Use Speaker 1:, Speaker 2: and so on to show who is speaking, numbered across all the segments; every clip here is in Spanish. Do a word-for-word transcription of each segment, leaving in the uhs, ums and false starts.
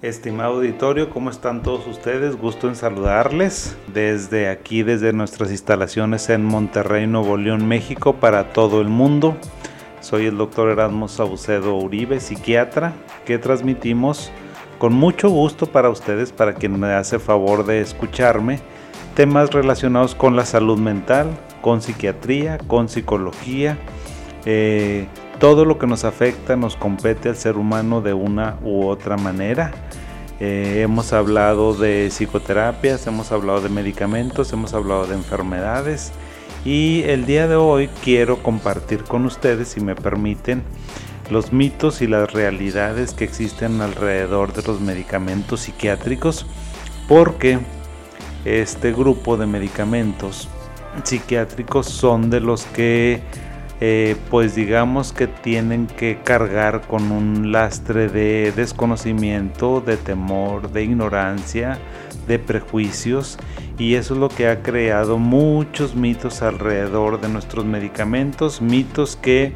Speaker 1: Estimado auditorio, ¿cómo están todos ustedes? Gusto en saludarles desde aquí, desde nuestras instalaciones en Monterrey, Nuevo León, México, para todo el mundo. Soy el doctor Erasmo Saucedo Uribe, psiquiatra, que transmitimos con mucho gusto para ustedes, para quien me hace favor de escucharme, temas relacionados con la salud mental, con psiquiatría, con psicología, eh, todo lo que nos afecta, nos compete al ser humano de una u otra manera. Eh, hemos hablado de psicoterapias, hemos hablado de medicamentos, hemos hablado de enfermedades y el día de hoy quiero compartir con ustedes, si me permiten, los mitos y las realidades que existen alrededor de los medicamentos psiquiátricos, porque este grupo de medicamentos psiquiátricos son de los que Eh, pues digamos que tienen que cargar con un lastre de desconocimiento, de temor, de ignorancia, de prejuicios, y eso es lo que ha creado muchos mitos alrededor de nuestros medicamentos, mitos que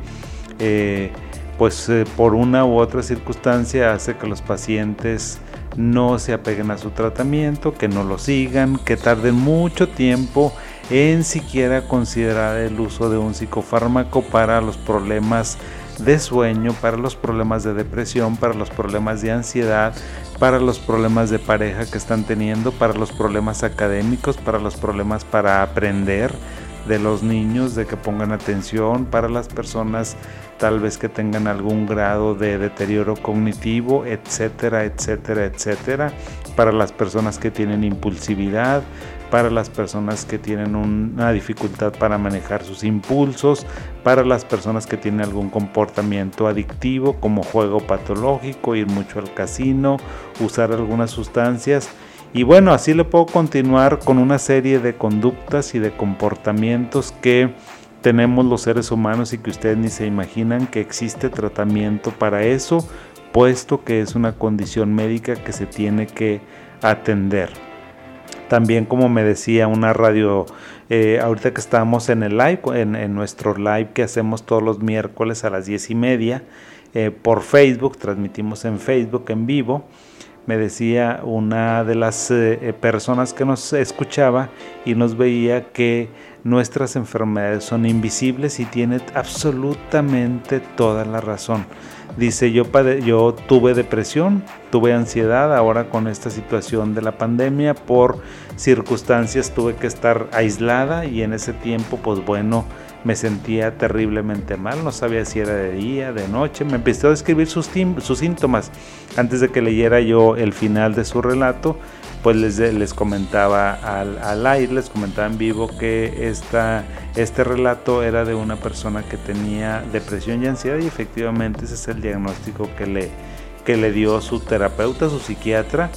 Speaker 1: eh, pues eh, por una u otra circunstancia hace que los pacientes no se apeguen a su tratamiento, que no lo sigan, que tarden mucho tiempo en siquiera considerar el uso de un psicofármaco para los problemas de sueño, para los problemas de depresión, para los problemas de ansiedad, para los problemas de pareja que están teniendo, para los problemas académicos, para los problemas para aprender de los niños, de que pongan atención, para las personas tal vez que tengan algún grado de deterioro cognitivo, etcétera, etcétera, etcétera, para las personas que tienen impulsividad, para las personas que tienen una dificultad para manejar sus impulsos, para las personas que tienen algún comportamiento adictivo como juego patológico, ir mucho al casino, usar algunas sustancias. Y bueno, así le puedo continuar con una serie de conductas y de comportamientos que tenemos los seres humanos y que ustedes ni se imaginan que existe tratamiento para eso, puesto que es una condición médica que se tiene que atender. También, como me decía una radio, eh, ahorita que estamos en el live, en, en nuestro live que hacemos todos los miércoles a las diez y media eh, por Facebook, transmitimos en Facebook en vivo. Me decía una de las eh, personas que nos escuchaba y nos veía que nuestras enfermedades son invisibles, y tiene absolutamente toda la razón. Dice, yo, pade- yo tuve depresión, tuve ansiedad, ahora con esta situación de la pandemia, por circunstancias tuve que estar aislada, y en ese tiempo pues bueno, me sentía terriblemente mal, no sabía si era de día, de noche. Me empezó a describir sus, tim- sus síntomas. Antes de que leyera yo el final de su relato, pues les, les comentaba al, al aire, les comentaba en vivo que esta, este relato era de una persona que tenía depresión y ansiedad, y efectivamente ese es el diagnóstico que le, que le dio su terapeuta, su psiquiatra.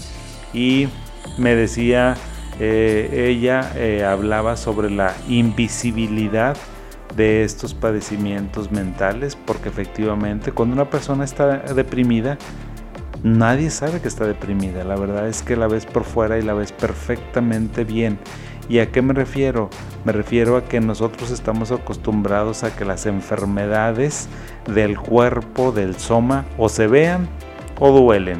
Speaker 1: Y me decía, eh, ella eh, hablaba sobre la invisibilidad de estos padecimientos mentales, porque efectivamente cuando una persona está deprimida, nadie sabe que está deprimida. La verdad es que la ves por fuera y la ves perfectamente bien. ¿Y a qué me refiero? Me refiero a que nosotros estamos acostumbrados a que las enfermedades del cuerpo, del soma, o se vean o duelen.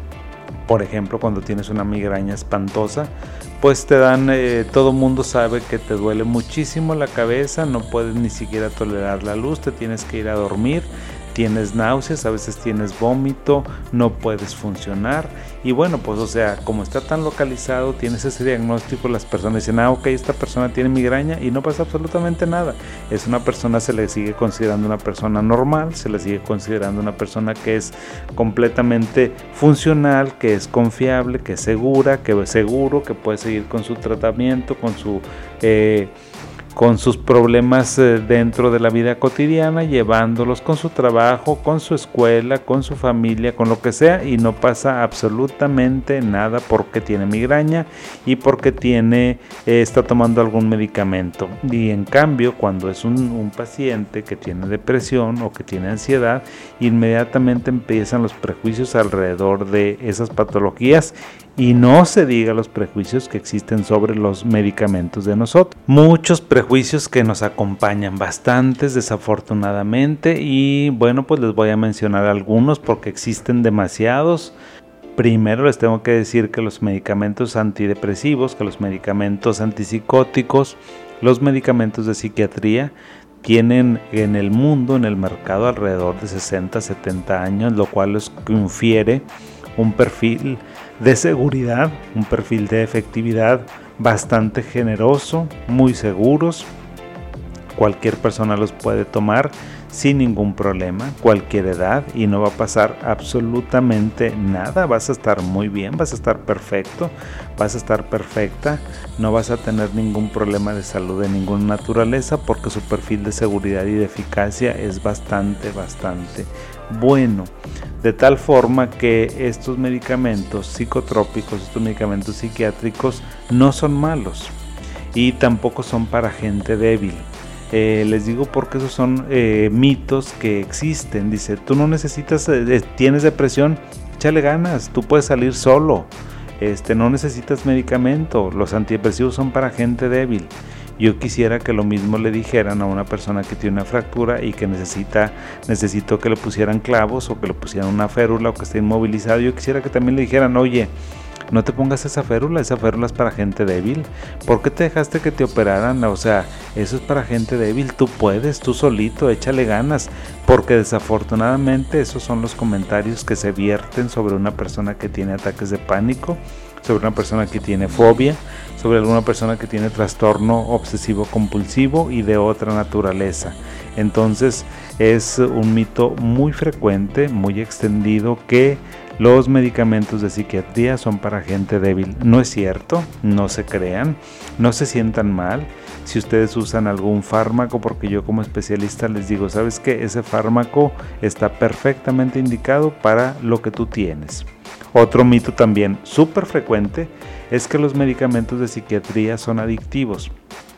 Speaker 1: Por ejemplo, cuando tienes una migraña espantosa, pues te dan, eh, todo mundo sabe que te duele muchísimo la cabeza, no puedes ni siquiera tolerar la luz, te tienes que ir a dormir, tienes náuseas, a veces tienes vómito, no puedes funcionar. Y bueno, pues o sea, como está tan localizado, tienes ese diagnóstico, las personas dicen, ah, ok, esta persona tiene migraña, y no pasa absolutamente nada. Es una persona, se le sigue considerando una persona normal, se le sigue considerando una persona que es completamente funcional, que es confiable, que es segura, que es seguro, que puede seguir con su tratamiento, con su... Eh, con sus problemas eh, dentro de la vida cotidiana, llevándolos con su trabajo, con su escuela, con su familia, con lo que sea, y no pasa absolutamente nada porque tiene migraña y porque tiene, eh, está tomando algún medicamento. Y en cambio, cuando es un, un paciente que tiene depresión o que tiene ansiedad, inmediatamente empiezan los prejuicios alrededor de esas patologías, y no se diga los prejuicios que existen sobre los medicamentos de nosotros. Muchos prejuicios que nos acompañan, bastantes desafortunadamente, y bueno, pues les voy a mencionar algunos porque existen demasiados. Primero les tengo que decir que los medicamentos antidepresivos, que los medicamentos antipsicóticos, los medicamentos de psiquiatría tienen en el mundo, en el mercado, alrededor de sesenta, setenta años, lo cual les confiere un perfil de seguridad, un perfil de efectividad bastante generoso, muy seguros. Cualquier persona los puede tomar sin ningún problema, cualquier edad, y no va a pasar absolutamente nada. Vas a estar muy bien, vas a estar perfecto, vas a estar perfecta, no vas a tener ningún problema de salud de ninguna naturaleza, porque su perfil de seguridad y de eficacia es bastante, bastante bueno. De tal forma que estos medicamentos psicotrópicos, estos medicamentos psiquiátricos no son malos y tampoco son para gente débil. Eh, les digo porque esos son eh, mitos que existen. Dice, tú no necesitas, eh, tienes depresión, échale ganas, tú puedes salir solo, este, no necesitas medicamento, los antidepresivos son para gente débil. Yo quisiera que lo mismo le dijeran a una persona que tiene una fractura y que necesita, necesito que le pusieran clavos o que le pusieran una férula o que esté inmovilizado. Yo quisiera que también le dijeran, oye, no te pongas esa férula, esa férula es para gente débil. ¿Por qué te dejaste que te operaran? O sea, eso es para gente débil, tú puedes, tú solito, échale ganas. Porque desafortunadamente esos son los comentarios que se vierten sobre una persona que tiene ataques de pánico, sobre una persona que tiene fobia, sobre alguna persona que tiene trastorno obsesivo compulsivo y de otra naturaleza. Entonces es un mito muy frecuente, muy extendido, que los medicamentos de psiquiatría son para gente débil. No es cierto, no se crean, no se sientan mal si ustedes usan algún fármaco, porque yo como especialista les digo, ¿sabes qué? Ese fármaco está perfectamente indicado para lo que tú tienes. Otro mito también súper frecuente es que los medicamentos de psiquiatría son adictivos.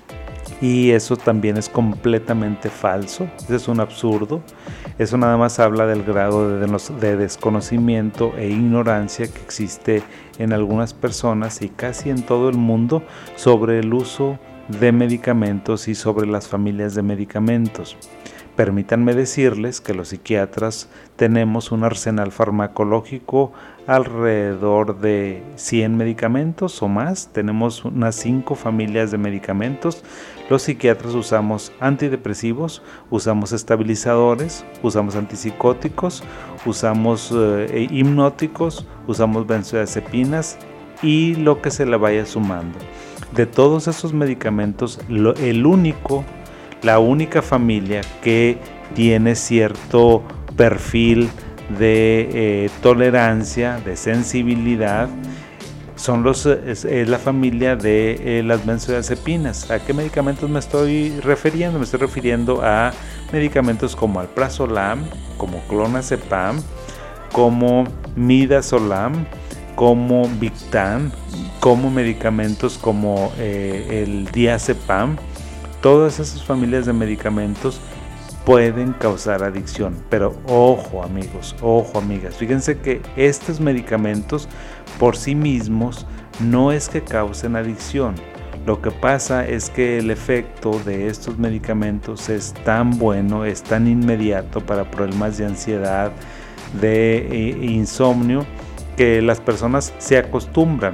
Speaker 1: Y eso también es completamente falso, eso es un absurdo. Eso nada más habla del grado de, de desconocimiento e ignorancia que existe en algunas personas y casi en todo el mundo sobre el uso de medicamentos y sobre las familias de medicamentos. Permítanme decirles que los psiquiatras tenemos un arsenal farmacológico alrededor de cien medicamentos o más. Tenemos unas cinco familias de medicamentos. Los psiquiatras usamos antidepresivos, usamos estabilizadores, usamos antipsicóticos, usamos eh, hipnóticos, usamos benzodiazepinas y lo que se le vaya sumando. De todos esos medicamentos, lo, el único La única familia que tiene cierto perfil de eh, tolerancia, de sensibilidad, son los, es, es la familia de eh, las benzodiazepinas. ¿A qué medicamentos me estoy refiriendo? Me estoy refiriendo a medicamentos como alprazolam, como clonazepam, como midazolam, como Victan, como medicamentos como eh, el diazepam. Todas esas familias de medicamentos pueden causar adicción, pero ojo amigos, ojo amigas, fíjense que estos medicamentos por sí mismos no es que causen adicción. Lo que pasa es que el efecto de estos medicamentos es tan bueno, es tan inmediato para problemas de ansiedad, de eh, insomnio, que las personas se acostumbran.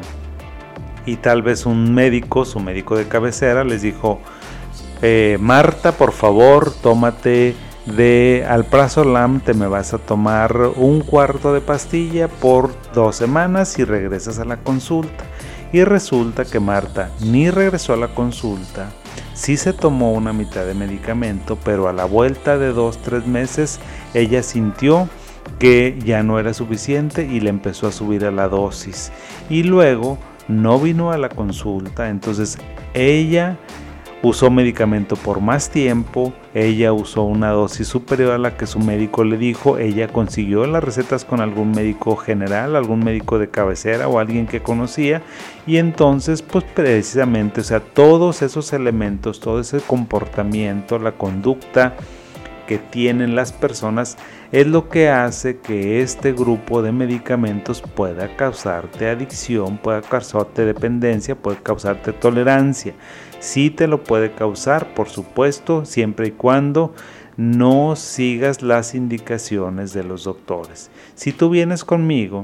Speaker 1: Y tal vez un médico, su médico de cabecera, les dijo: Eh, Marta, por favor, tómate de alprazolam, te me vas a tomar un cuarto de pastilla por dos semanas y regresas a la consulta. Y resulta que Marta ni regresó a la consulta, sí se tomó una mitad de medicamento, pero a la vuelta de dos, tres meses ella sintió que ya no era suficiente y le empezó a subir a la dosis. Y luego no vino a la consulta, entonces ella usó medicamento por más tiempo, ella usó una dosis superior a la que su médico le dijo, ella consiguió las recetas con algún médico general, algún médico de cabecera o alguien que conocía, y entonces pues precisamente, o sea, todos esos elementos, todo ese comportamiento, la conducta que tienen las personas es lo que hace que este grupo de medicamentos pueda causarte adicción, pueda causarte dependencia, puede causarte tolerancia. Sí te lo puede causar, por supuesto, siempre y cuando no sigas las indicaciones de los doctores. Si tú vienes conmigo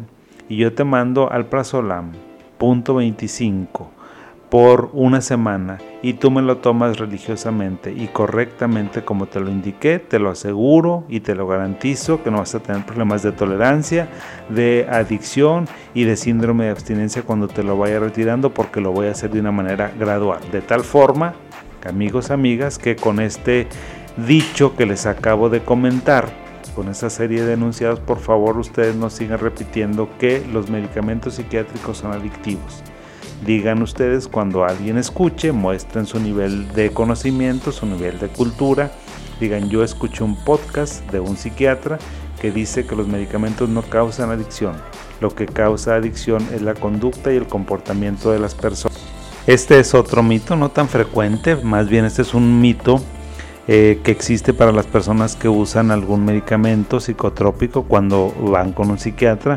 Speaker 1: y yo te mando alprazolam punto veinticinco por una semana y tú me lo tomas religiosamente y correctamente como te lo indiqué, te lo aseguro y te lo garantizo que no vas a tener problemas de tolerancia, de adicción y de síndrome de abstinencia cuando te lo vaya retirando, porque lo voy a hacer de una manera gradual, de tal forma, amigos, amigas, que con este dicho que les acabo de comentar, con esa serie de enunciados, por favor ustedes no sigan repitiendo que los medicamentos psiquiátricos son adictivos. Digan ustedes cuando alguien escuche, muestren su nivel de conocimiento, su nivel de cultura. Digan, yo escuché un podcast de un psiquiatra que dice que los medicamentos no causan adicción. Lo que causa adicción es la conducta y el comportamiento de las personas. Este es otro mito, no tan frecuente, más bien este es un mito eh, que existe para las personas que usan algún medicamento psicotrópico cuando van con un psiquiatra,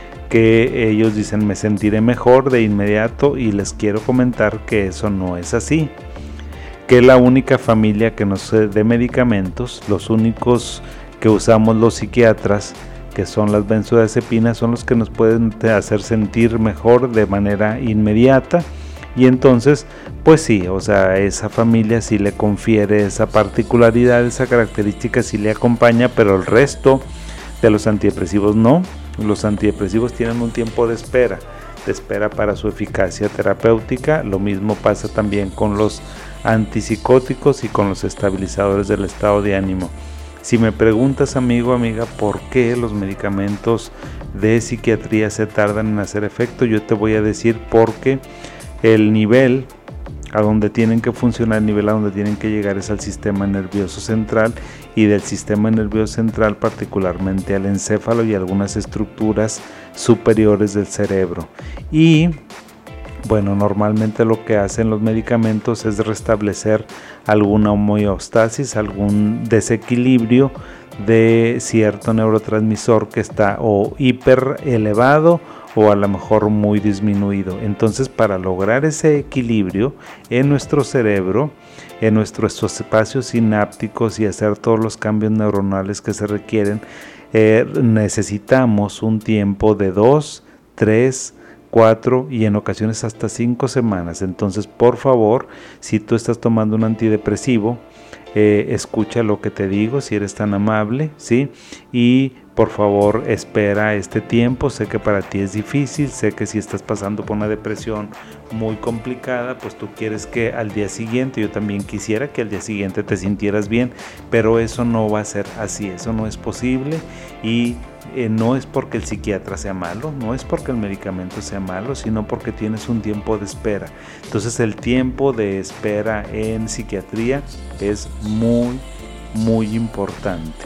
Speaker 1: que ellos dicen me sentiré mejor de inmediato, y les quiero comentar que eso no es así, que la única familia que nos dé medicamentos, los únicos que usamos los psiquiatras, que son las benzodiazepinas, son los que nos pueden hacer sentir mejor de manera inmediata, y entonces pues sí, o sea, esa familia sí le confiere esa particularidad, esa característica sí le acompaña, pero el resto de los antidepresivos no. Los antidepresivos tienen un tiempo de espera, de espera para su eficacia terapéutica. Lo mismo pasa también con los antipsicóticos y con los estabilizadores del estado de ánimo. Si me preguntas, amigo, amiga, por qué los medicamentos de psiquiatría se tardan en hacer efecto, yo te voy a decir porque el nivel a donde tienen que funcionar, el nivel a donde tienen que llegar es al sistema nervioso central, y del sistema nervioso central particularmente al encéfalo y algunas estructuras superiores del cerebro. Y bueno, normalmente lo que hacen los medicamentos es restablecer alguna homeostasis, algún desequilibrio de cierto neurotransmisor que está o hiper elevado o a lo mejor muy disminuido. Entonces, para lograr ese equilibrio en nuestro cerebro, en nuestros espacios sinápticos y hacer todos los cambios neuronales que se requieren, eh, necesitamos un tiempo de dos, tres, cuatro y en ocasiones hasta cinco semanas. Entonces, por favor, si tú estás tomando un antidepresivo, eh, escucha lo que te digo, si eres tan amable, ¿sí? Y por favor, espera este tiempo. Sé que para ti es difícil, sé que si estás pasando por una depresión muy complicada, pues tú quieres que al día siguiente, yo también quisiera que al día siguiente te sintieras bien, pero eso no va a ser así, eso no es posible. Y eh, no es porque el psiquiatra sea malo, no es porque el medicamento sea malo, sino porque tienes un tiempo de espera. Entonces el tiempo de espera en psiquiatría es muy, muy importante.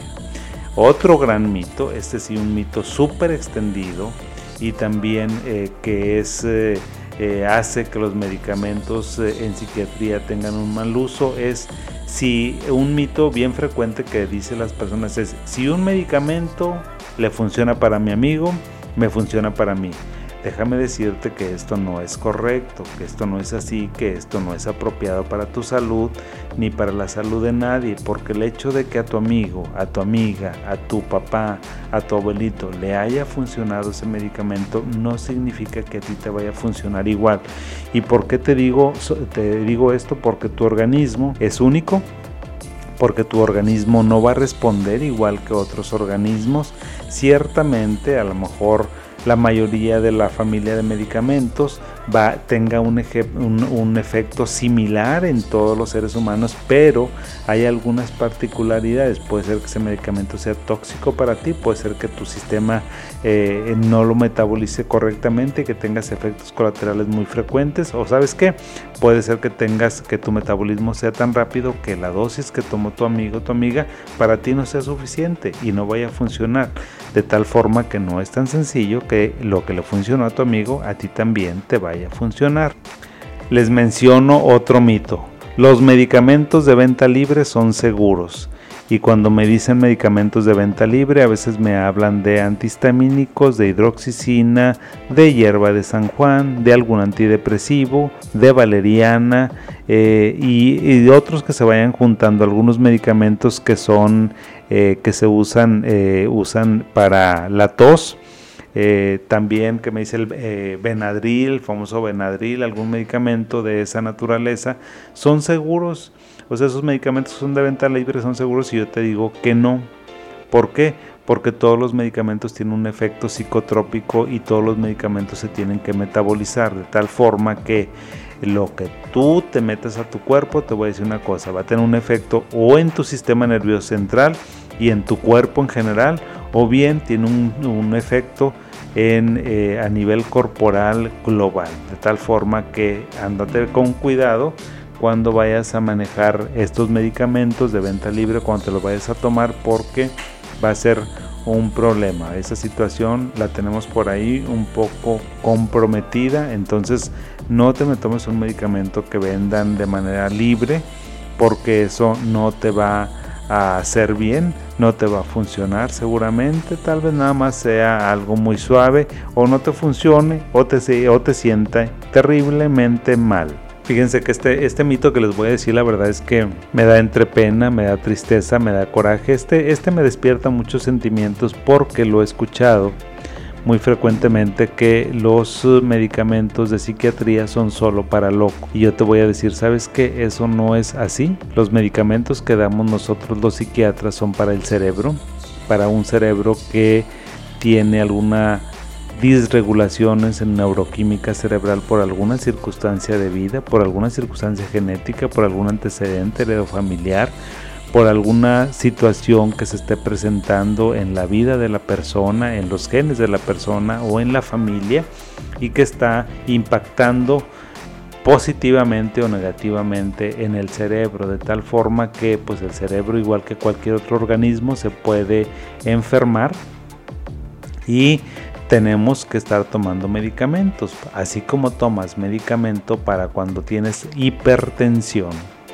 Speaker 1: Otro gran mito, este sí un mito súper extendido y también eh, que es, eh, eh, hace que los medicamentos eh, en psiquiatría tengan un mal uso, es si un mito bien frecuente que dicen las personas es: si un medicamento le funciona para mi amigo, me funciona para mí. Déjame decirte que esto no es correcto, que esto no es así, que esto no es apropiado para tu salud ni para la salud de nadie, porque el hecho de que a tu amigo, a tu amiga, a tu papá, a tu abuelito le haya funcionado ese medicamento no significa que a ti te vaya a funcionar igual. ¿Y por qué te digo, te digo esto? Porque tu organismo es único, porque tu organismo no va a responder igual que otros organismos. Ciertamente, a lo mejor la mayoría de la familia de medicamentos va, tenga un, eje, un, un efecto similar en todos los seres humanos, pero hay algunas particularidades. Puede ser que ese medicamento sea tóxico para ti, puede ser que tu sistema eh, no lo metabolice correctamente, que tengas efectos colaterales muy frecuentes, o ¿sabes qué? Puede ser que tengas que tu metabolismo sea tan rápido que la dosis que tomó tu amigo o tu amiga para ti no sea suficiente y no vaya a funcionar, de tal forma que no es tan sencillo que lo que le funcionó a tu amigo a ti también te vaya a funcionar. Les menciono otro mito: los medicamentos de venta libre son seguros. Y cuando me dicen medicamentos de venta libre, a veces me hablan de antihistamínicos, de hidroxicina, de hierba de San Juan, de algún antidepresivo, de valeriana eh, y, y de otros que se vayan juntando, algunos medicamentos que son eh, que se usan, eh, usan para la tos. eh, también que me dice el eh, Benadryl, el famoso Benadryl, algún medicamento de esa naturaleza, ¿son seguros? O sea, esos medicamentos son de venta libre, ¿son seguros? Y yo te digo que no. ¿Por qué? Porque todos los medicamentos tienen un efecto psicotrópico y todos los medicamentos se tienen que metabolizar de tal forma que lo que tú te metes a tu cuerpo, te voy a decir una cosa, va a tener un efecto o en tu sistema nervioso central y en tu cuerpo en general, o bien tiene un, un efecto en, eh, a nivel corporal global, de tal forma que ándate con cuidado cuando vayas a manejar estos medicamentos de venta libre, cuando te los vayas a tomar, porque va a ser un problema. Esa situación la tenemos por ahí un poco comprometida, entonces no te me tomes un medicamento que vendan de manera libre, porque eso no te va a hacer bien, no te va a funcionar seguramente, tal vez nada más sea algo muy suave, o no te funcione, o te, o te sienta terriblemente mal. Fíjense que este, este mito que les voy a decir, la verdad es que me da entre pena, me da tristeza, me da coraje. Este, este me despierta muchos sentimientos porque lo he escuchado muy frecuentemente, que los medicamentos de psiquiatría son solo para locos. Y yo te voy a decir, ¿sabes qué? Eso no es así. Los medicamentos que damos nosotros los psiquiatras son para el cerebro, para un cerebro que tiene alguna disregulaciones en neuroquímica cerebral por alguna circunstancia de vida, por alguna circunstancia genética, por algún antecedente heredofamiliar, por alguna situación que se esté presentando en la vida de la persona, en los genes de la persona o en la familia, y que está impactando positivamente o negativamente en el cerebro, de tal forma que pues el cerebro, igual que cualquier otro organismo, se puede enfermar y tenemos que estar tomando medicamentos, así como tomas medicamento para cuando tienes hipertensión,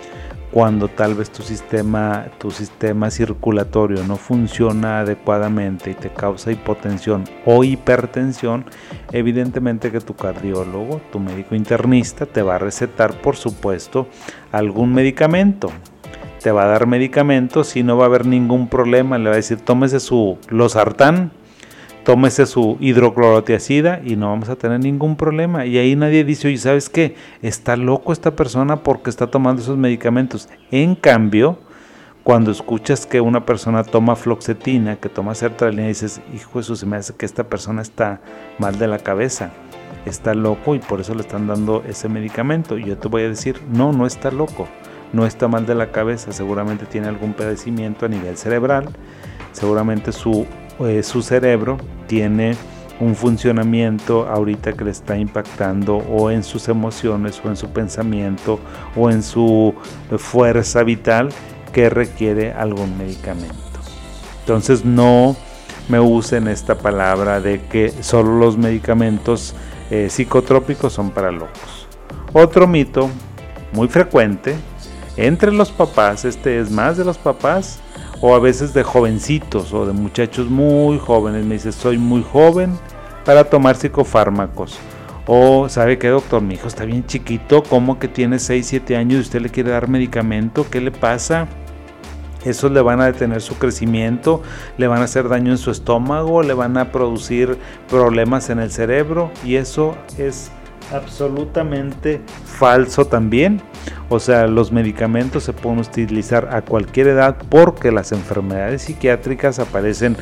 Speaker 1: cuando tal vez tu sistema, tu sistema circulatorio no funciona adecuadamente y te causa hipotensión o hipertensión, evidentemente que tu cardiólogo, tu médico internista, te va a recetar, por supuesto, algún medicamento. Te va a dar medicamentos y no va a haber ningún problema. Le va a decir, tómese su losartán, tómese su hidroclorotiazida y no vamos a tener ningún problema. Y ahí nadie dice, oye, ¿sabes qué? Está loco esta persona porque está tomando esos medicamentos. En cambio, cuando escuchas que una persona toma fluoxetina, que toma sertralina, dices, hijo de eso, se me hace que esta persona está mal de la cabeza, está loco y por eso le están dando ese medicamento. Y yo te voy a decir, no, no está loco, no está mal de la cabeza, seguramente tiene algún padecimiento a nivel cerebral, seguramente su Eh, su cerebro tiene un funcionamiento ahorita que le está impactando o en sus emociones o en su pensamiento o en su fuerza vital que requiere algún medicamento. Entonces no me usen esta palabra de que solo los medicamentos eh, psicotrópicos son para locos. Otro mito muy frecuente entre los papás, este es más de los papás, o a veces de jovencitos o de muchachos muy jóvenes. Me dice, soy muy joven para tomar psicofármacos. O, ¿sabe qué, doctor? Mi hijo está bien chiquito, ¿cómo que tiene seis, siete años y usted le quiere dar medicamento? ¿Qué le pasa? Esos le van a detener su crecimiento, le van a hacer daño en su estómago, le van a producir problemas en el cerebro, y eso es absolutamente falso también. O sea, los medicamentos se pueden utilizar a cualquier edad porque las enfermedades psiquiátricas aparecen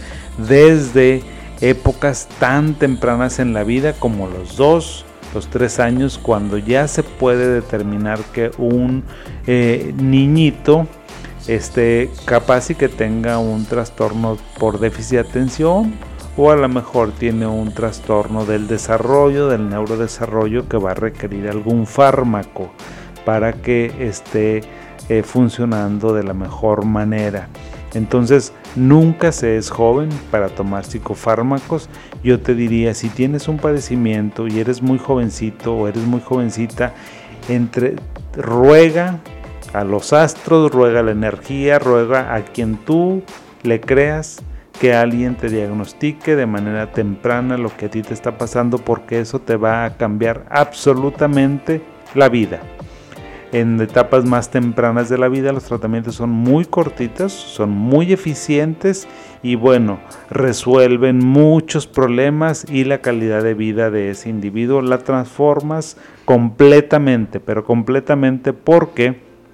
Speaker 1: desde épocas tan tempranas en la vida como los dos, los tres años, cuando ya se puede determinar que un eh, niñito esté capaz y que tenga un trastorno por déficit de atención, o a lo mejor tiene un trastorno del desarrollo, del neurodesarrollo, que va a requerir algún fármaco para que esté eh, funcionando de la mejor manera. Entonces, nunca se es joven para tomar psicofármacos. Yo te diría, si tienes un padecimiento y eres muy jovencito o eres muy jovencita, entre, ruega a los astros, ruega a la energía, ruega a quien tú le creas, que alguien te diagnostique de manera temprana lo que a ti te está pasando, porque eso te va a cambiar absolutamente la vida. en etapas más tempranas de la vida los tratamientos son muy cortitos, son muy eficientes y bueno, resuelven muchos problemas y la calidad de vida de ese individuo la transformas completamente, pero completamente porque,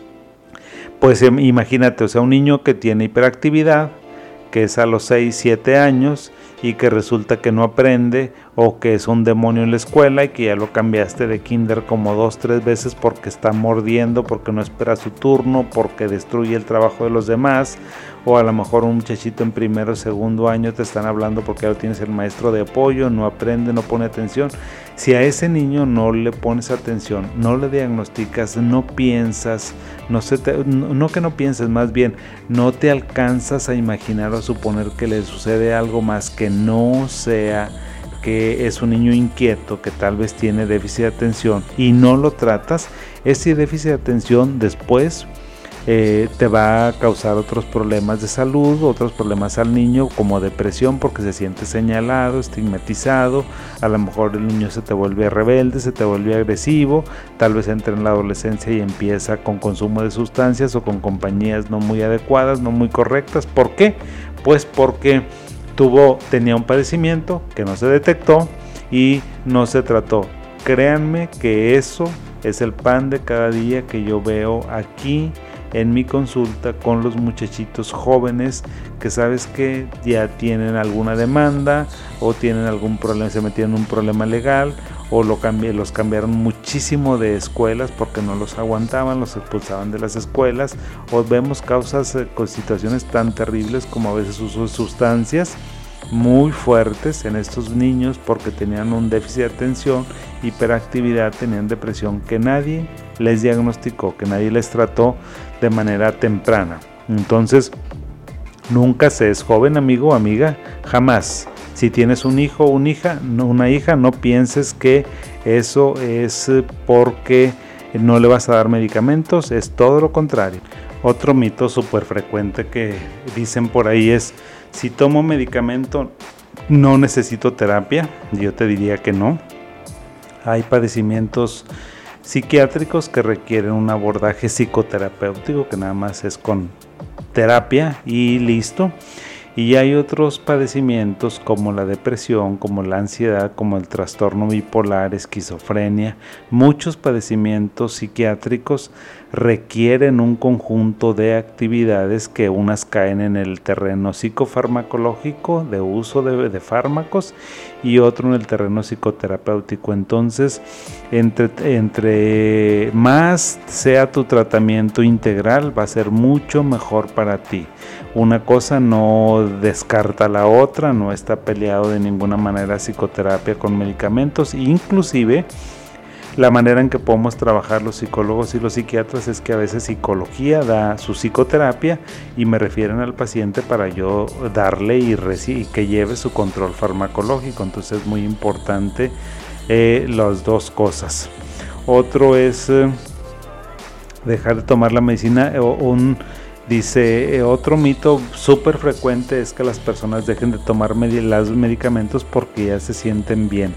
Speaker 1: pues imagínate, o sea, un niño que tiene hiperactividad, que es a los seis, siete años y que resulta que no aprende o que es un demonio en la escuela y que ya lo cambiaste de kinder como dos, tres veces porque está mordiendo, porque no espera su turno, porque destruye el trabajo de los demás, o a lo mejor un muchachito en primero o segundo año te están hablando porque ya lo tienes el maestro de apoyo, no aprende, no pone atención. Si a ese niño no le pones atención, no le diagnosticas, no piensas, no, se te, no, no que no pienses, más bien no te alcanzas a imaginar o a suponer que le sucede algo más que no sea que es un niño inquieto, que tal vez tiene déficit de atención y no lo tratas, ese déficit de atención después Eh, te va a causar otros problemas de salud, otros problemas al niño como depresión porque se siente señalado, estigmatizado, a lo mejor el niño se te vuelve rebelde, se te vuelve agresivo, tal vez entra en la adolescencia y empieza con consumo de sustancias o con compañías no muy adecuadas, no muy correctas. ¿Por qué? Pues porque tuvo, tenía un padecimiento que no se detectó y no se trató. Créanme que eso es el pan de cada día que yo veo aquí en mi consulta con los muchachitos jóvenes que sabes que ya tienen alguna demanda o tienen algún problema, se metieron en un problema legal o lo cambi- los cambiaron muchísimo de escuelas porque no los aguantaban, los expulsaban de las escuelas, o vemos causas eh, con situaciones tan terribles como a veces uso de sustancias muy fuertes en estos niños porque tenían un déficit de atención, hiperactividad, tenían depresión que nadie les diagnosticó, que nadie les trató de manera temprana. Entonces, nunca se es joven, amigo o amiga, jamás. Si tienes un hijo o una hija, no, una hija, no pienses que eso es porque no le vas a dar medicamentos, es todo lo contrario. Otro mito súper frecuente que dicen por ahí es: si tomo medicamento, no necesito terapia. Yo te diría que no. Hay padecimientos psiquiátricos que requieren un abordaje psicoterapéutico, que nada más es con terapia y listo. Y hay otros padecimientos como la depresión, como la ansiedad, como el trastorno bipolar, esquizofrenia. Muchos padecimientos psiquiátricos requieren un conjunto de actividades que unas caen en el terreno psicofarmacológico, de uso de, de fármacos, y otro en el terreno psicoterapéutico. Entonces, entre, entre más sea tu tratamiento integral, va a ser mucho mejor para ti. Una cosa no descarta la otra, no está peleado de ninguna manera psicoterapia con medicamentos. Inclusive, la manera en que podemos trabajar los psicólogos y los psiquiatras es que a veces psicología da su psicoterapia y me refieren al paciente para yo darle y, reci- y que lleve su control farmacológico. Entonces es muy importante eh, las dos cosas. Otro es eh, dejar de tomar la medicina. O un, dice, eh, otro mito súper frecuente es que las personas dejen de tomar med- los medicamentos porque ya se sienten bien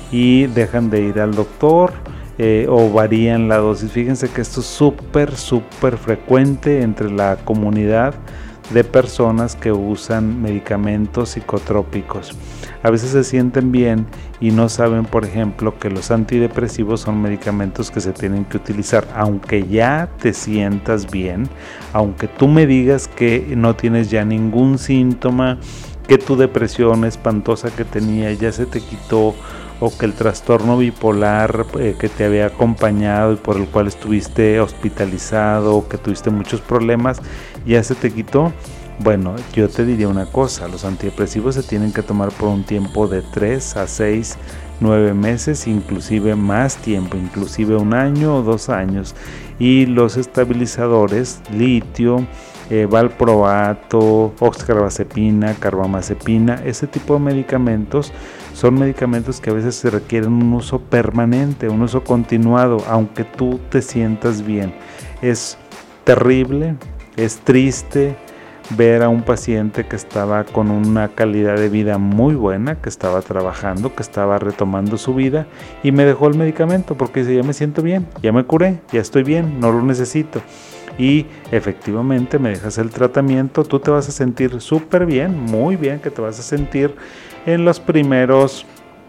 Speaker 1: y dejan de ir al doctor eh, o varían la dosis. Fíjense que esto es súper, súper frecuente entre la comunidad de personas que usan medicamentos psicotrópicos. A veces se sienten bien y no saben, por ejemplo, que los antidepresivos son medicamentos que se tienen que utilizar aunque ya te sientas bien, aunque tú me digas que no tienes ya ningún síntoma, que tu depresión espantosa que tenía ya se te quitó, o que el trastorno bipolar eh, que te había acompañado y por el cual estuviste hospitalizado o que tuviste muchos problemas ya se te quitó. Bueno, yo te diría una cosa: los antidepresivos se tienen que tomar por un tiempo de tres a seis, nueve meses, inclusive más tiempo, inclusive un año o dos años. Y los estabilizadores, litio, eh, valproato, oxcarbazepina, carbamazepina, ese tipo de medicamentos son medicamentos que a veces se requieren un uso permanente, un uso continuado, aunque tú te sientas bien. Es terrible, es triste, ver a un paciente que estaba con una calidad de vida muy buena, que estaba trabajando, que estaba retomando su vida y me dejó el medicamento porque dice, ya me siento bien, ya me curé, ya estoy bien, no lo necesito. Y efectivamente me dejas el tratamiento, tú te vas a sentir súper bien, muy bien que te vas a sentir en los primeros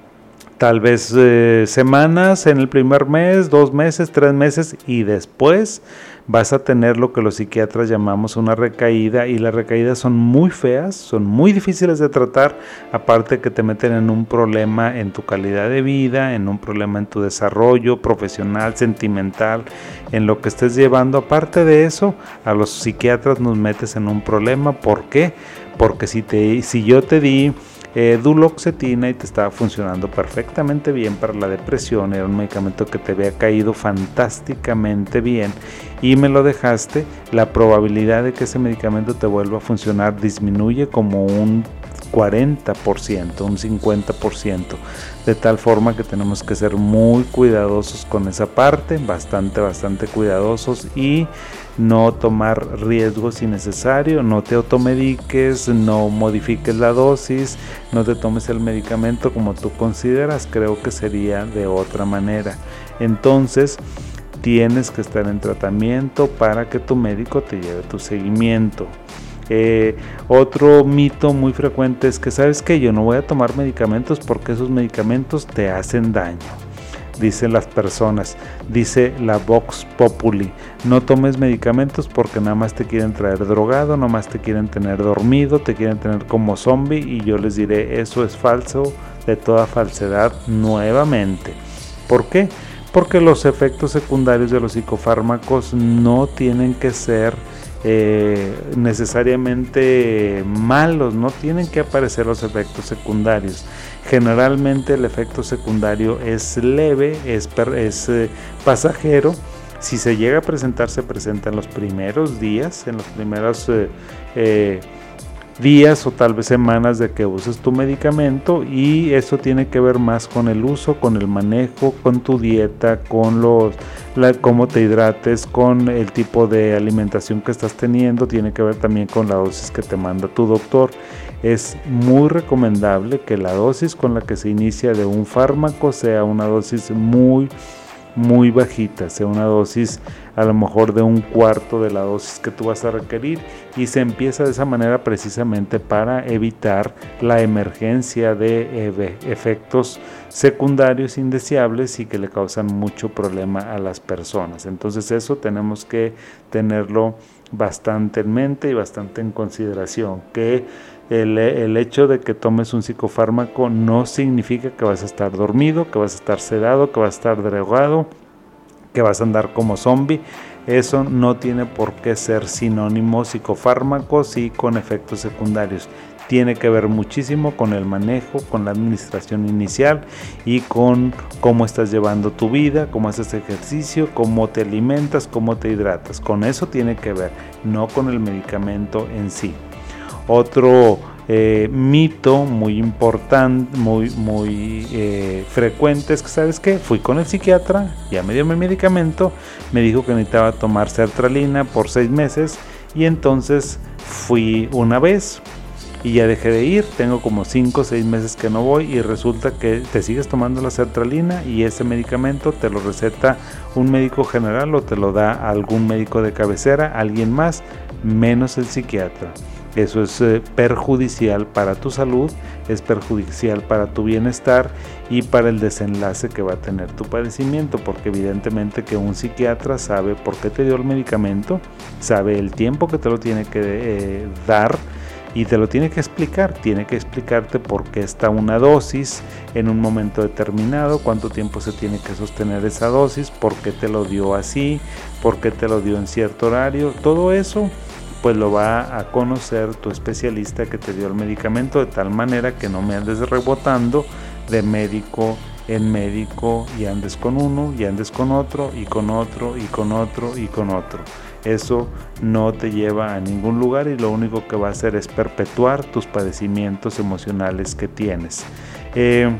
Speaker 1: tal vez eh, semanas, en el primer mes, dos meses, tres meses y después vas a tener lo que los psiquiatras llamamos una recaída y las recaídas son muy feas, son muy difíciles de tratar, aparte que te meten en un problema en tu calidad de vida, en un problema en tu desarrollo profesional, sentimental, en lo que estés llevando. Aparte de eso, a los psiquiatras nos metes en un problema. ¿Por qué? Porque si, te, si yo te di Eh, duloxetina y te estaba funcionando perfectamente bien para la depresión, era un medicamento que te había caído fantásticamente bien y me lo dejaste, la probabilidad de que ese medicamento te vuelva a funcionar disminuye como un cuarenta por ciento, un cincuenta por ciento, de tal forma que tenemos que ser muy cuidadosos con esa parte, bastante, bastante cuidadosos y no tomar riesgos innecesarios, no te automediques, no modifiques la dosis, no te tomes el medicamento como tú consideras, creo que sería de otra manera. Entonces, tienes que estar en tratamiento para que tu médico te lleve tu seguimiento. Eh, otro mito muy frecuente es que, ¿sabes qué? Yo no voy a tomar medicamentos porque esos medicamentos te hacen daño. Dicen las personas, dice la Vox Populi, no tomes medicamentos porque nada más te quieren traer drogado, nada más te quieren tener dormido, te quieren tener como zombie, y yo les diré, eso es falso, de toda falsedad nuevamente. ¿Por qué? Porque los efectos secundarios de los psicofármacos no tienen que ser Eh, necesariamente malos, no tienen que aparecer los efectos secundarios. Generalmente el efecto secundario es leve, es, es eh, pasajero. Si se llega a presentar, se presenta en los primeros días, en los primeros eh, eh, días o tal vez semanas de que uses tu medicamento, y eso tiene que ver más con el uso, con el manejo, con tu dieta, con los la, cómo te hidrates, con el tipo de alimentación que estás teniendo, tiene que ver también con la dosis que te manda tu doctor. Es muy recomendable que la dosis con la que se inicia de un fármaco sea una dosis muy muy bajita, sea una dosis a lo mejor de un cuarto de la dosis que tú vas a requerir, y se empieza de esa manera precisamente para evitar la emergencia de eh, efectos secundarios indeseables y que le causan mucho problema a las personas. Entonces eso tenemos que tenerlo bastante en mente y bastante en consideración, que el, el hecho de que tomes un psicofármaco no significa que vas a estar dormido, que vas a estar sedado, que vas a estar drogado, que vas a andar como zombie. Eso no tiene por qué ser sinónimo psicofármacos y con efectos secundarios. Tiene que ver muchísimo con el manejo, con la administración inicial y con cómo estás llevando tu vida, cómo haces ejercicio, cómo te alimentas, cómo te hidratas. Con eso tiene que ver, no con el medicamento en sí. Otro eh, mito muy importante, muy, muy eh, frecuente es que, ¿sabes qué? Fui con el psiquiatra, ya me dio mi medicamento, me dijo que necesitaba tomar sertralina por seis meses y entonces fui una vez y ya dejé de ir, tengo como cinco o seis meses que no voy y resulta que te sigues tomando la sertralina y ese medicamento te lo receta un médico general o te lo da algún médico de cabecera, alguien más, menos el psiquiatra. Eso es eh, perjudicial para tu salud, es perjudicial para tu bienestar y para el desenlace que va a tener tu padecimiento, porque evidentemente que un psiquiatra sabe por qué te dio el medicamento, sabe el tiempo que te lo tiene que eh, dar y te lo tiene que explicar, tiene que explicarte por qué está una dosis en un momento determinado, cuánto tiempo se tiene que sostener esa dosis, por qué te lo dio así, por qué te lo dio en cierto horario, todo eso pues lo va a conocer tu especialista que te dio el medicamento, de tal manera que no me andes rebotando de médico en médico y andes con uno y andes con otro y con otro y con otro y con otro. Eso no te lleva a ningún lugar y lo único que va a hacer es perpetuar tus padecimientos emocionales que tienes. Eh,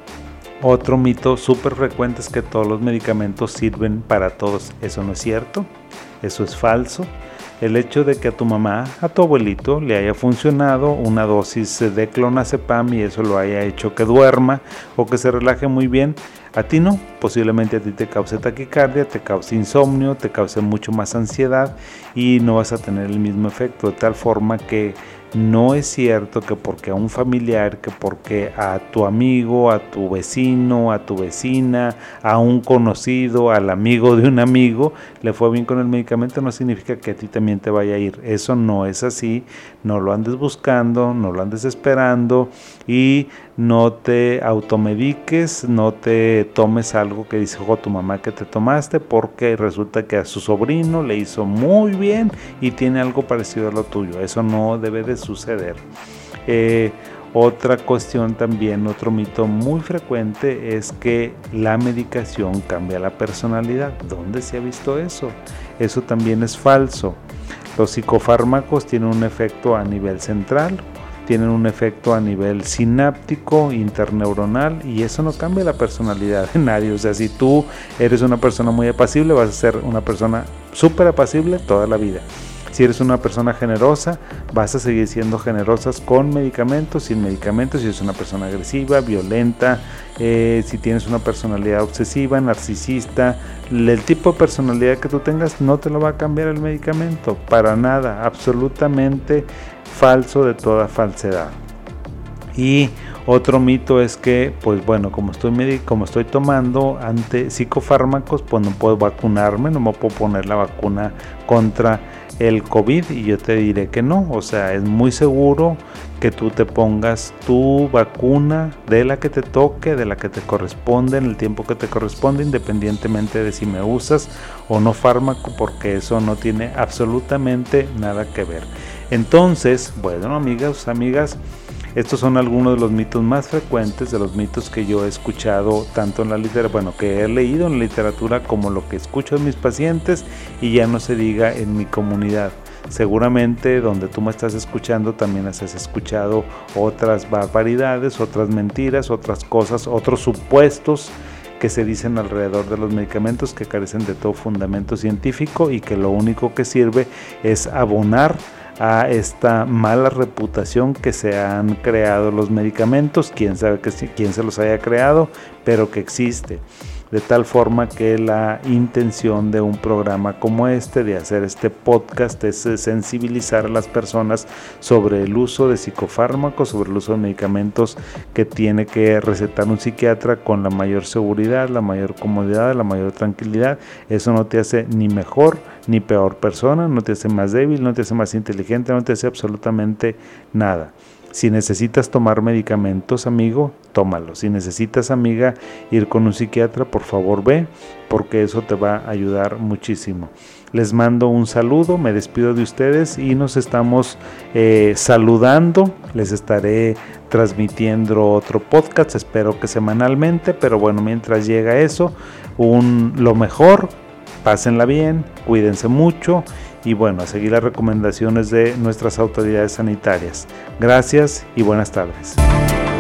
Speaker 1: otro mito súper frecuente es que todos los medicamentos sirven para todos. Eso no es cierto, eso es falso. el hecho de que a tu mamá, a tu abuelito, le haya funcionado una dosis de clonazepam y eso lo haya hecho que duerma o que se relaje muy bien, a ti no, posiblemente a ti te cause taquicardia, te cause insomnio, te cause mucho más ansiedad y no vas a tener el mismo efecto, de tal forma que no es cierto que porque a un familiar, que porque a tu amigo, a tu vecino, a tu vecina, a un conocido, al amigo de un amigo, le fue bien con el medicamento, no significa que a ti también te vaya a ir. Eso no es así, no lo andes buscando, no lo andes esperando y no te automediques, no te tomes algo que dijo tu mamá que te tomaste, porque resulta que a su sobrino le hizo muy bien y tiene algo parecido a lo tuyo. Eso no debe de suceder. Eh, otra cuestión también, otro mito muy frecuente es que la medicación cambia la personalidad. ¿Dónde se ha visto eso? Eso también es falso. Los psicofármacos tienen un efecto a nivel central, tienen un efecto a nivel sináptico, interneuronal, y eso no cambia la personalidad de nadie. O sea, si tú eres una persona muy apacible, vas a ser una persona súper apacible toda la vida. Si eres una persona generosa, vas a seguir siendo generosas con medicamentos, sin medicamentos. Si eres una persona agresiva, violenta, eh, si tienes una personalidad obsesiva, narcisista, el tipo de personalidad que tú tengas no te lo va a cambiar el medicamento, para nada, absolutamente falso de toda falsedad. Y otro mito es que, pues bueno, como estoy, medic- como estoy tomando ante psicofármacos, pues no puedo vacunarme, no me puedo poner la vacuna contra el COVID, y yo te diré que no. O sea, es muy seguro que tú te pongas tu vacuna de la que te toque, de la que te corresponde, en el tiempo que te corresponde, independientemente de si me usas o no fármaco, porque eso no tiene absolutamente nada que ver. Entonces, bueno, amigas, amigas, estos son algunos de los mitos más frecuentes, de los mitos que yo he escuchado tanto en la literatura, bueno, que he leído en la literatura, como lo que escucho en mis pacientes, y ya no se diga en mi comunidad. Seguramente donde tú me estás escuchando también has escuchado otras barbaridades, otras mentiras, otras cosas, otros supuestos que se dicen alrededor de los medicamentos que carecen de todo fundamento científico y que lo único que sirve es abonar a esta mala reputación que se han creado los medicamentos. Quién sabe que, quién se los haya creado, pero que existe. De tal forma que la intención de un programa como este, de hacer este podcast, es sensibilizar a las personas sobre el uso de psicofármacos, sobre el uso de medicamentos que tiene que recetar un psiquiatra con la mayor seguridad, la mayor comodidad, la mayor tranquilidad. Eso no te hace ni mejor ni peor persona, no te hace más débil, no te hace más inteligente, no te hace absolutamente nada. Si necesitas tomar medicamentos, amigo, tómalos. Si necesitas, amiga, ir con un psiquiatra, por favor ve, porque eso te va a ayudar muchísimo. Les mando un saludo, me despido de ustedes y nos estamos eh, saludando. Les estaré transmitiendo otro podcast, espero que semanalmente, pero bueno, mientras llega eso, un, lo mejor, pásenla bien, cuídense mucho. Y bueno, a seguir las recomendaciones de nuestras autoridades sanitarias. Gracias y buenas tardes.